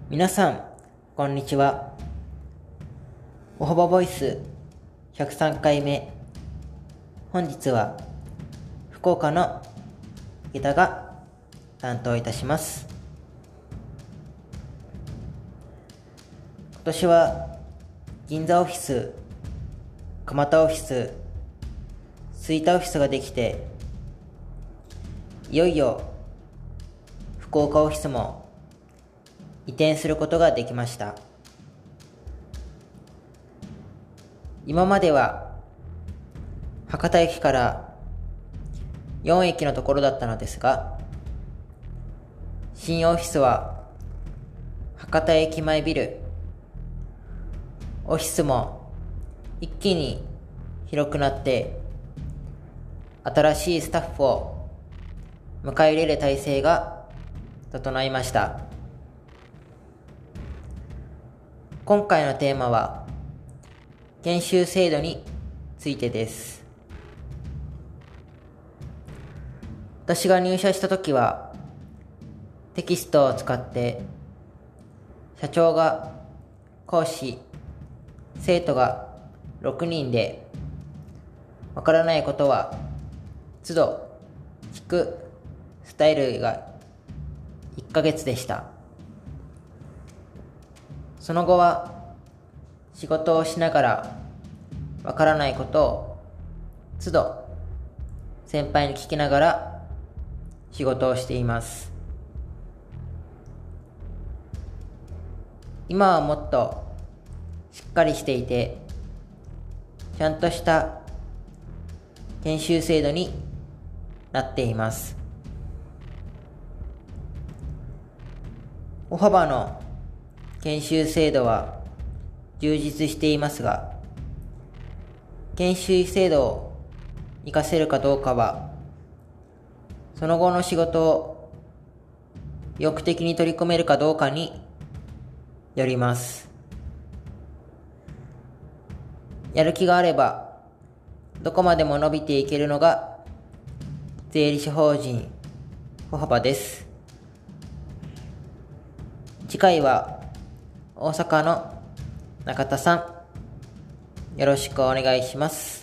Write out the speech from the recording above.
皆さん、こんにちは。おはばボイス103回目。本日は福岡の池田が担当いたします。今年は銀座オフィス、蒲田オフィス、吹田オフィスができて、いよいよ福岡オフィスも移転することができました。今までは博多駅から4駅のところだったのですが、新オフィスは博多駅前ビル、オフィスも一気に広くなって、新しいスタッフを迎え入れる体制が整いました。今回のテーマは研修制度についてです。私が入社した時はテキストを使って社長が講師、生徒が6人で、わからないことは都度聞くスタイルが1ヶ月でした。その後は仕事をしながらわからないことを都度先輩に聞きながら仕事をしています。今はもっとしっかりしていて、ちゃんとした研修制度になっています。おはばの研修制度は充実していますが、研修制度を活かせるかどうかは、その後の仕事を意欲的に取り込めるかどうかによります。やる気があれば、どこまでも伸びていけるのが税理士法人おはばです。次回は大阪の中田さん、よろしくお願いします。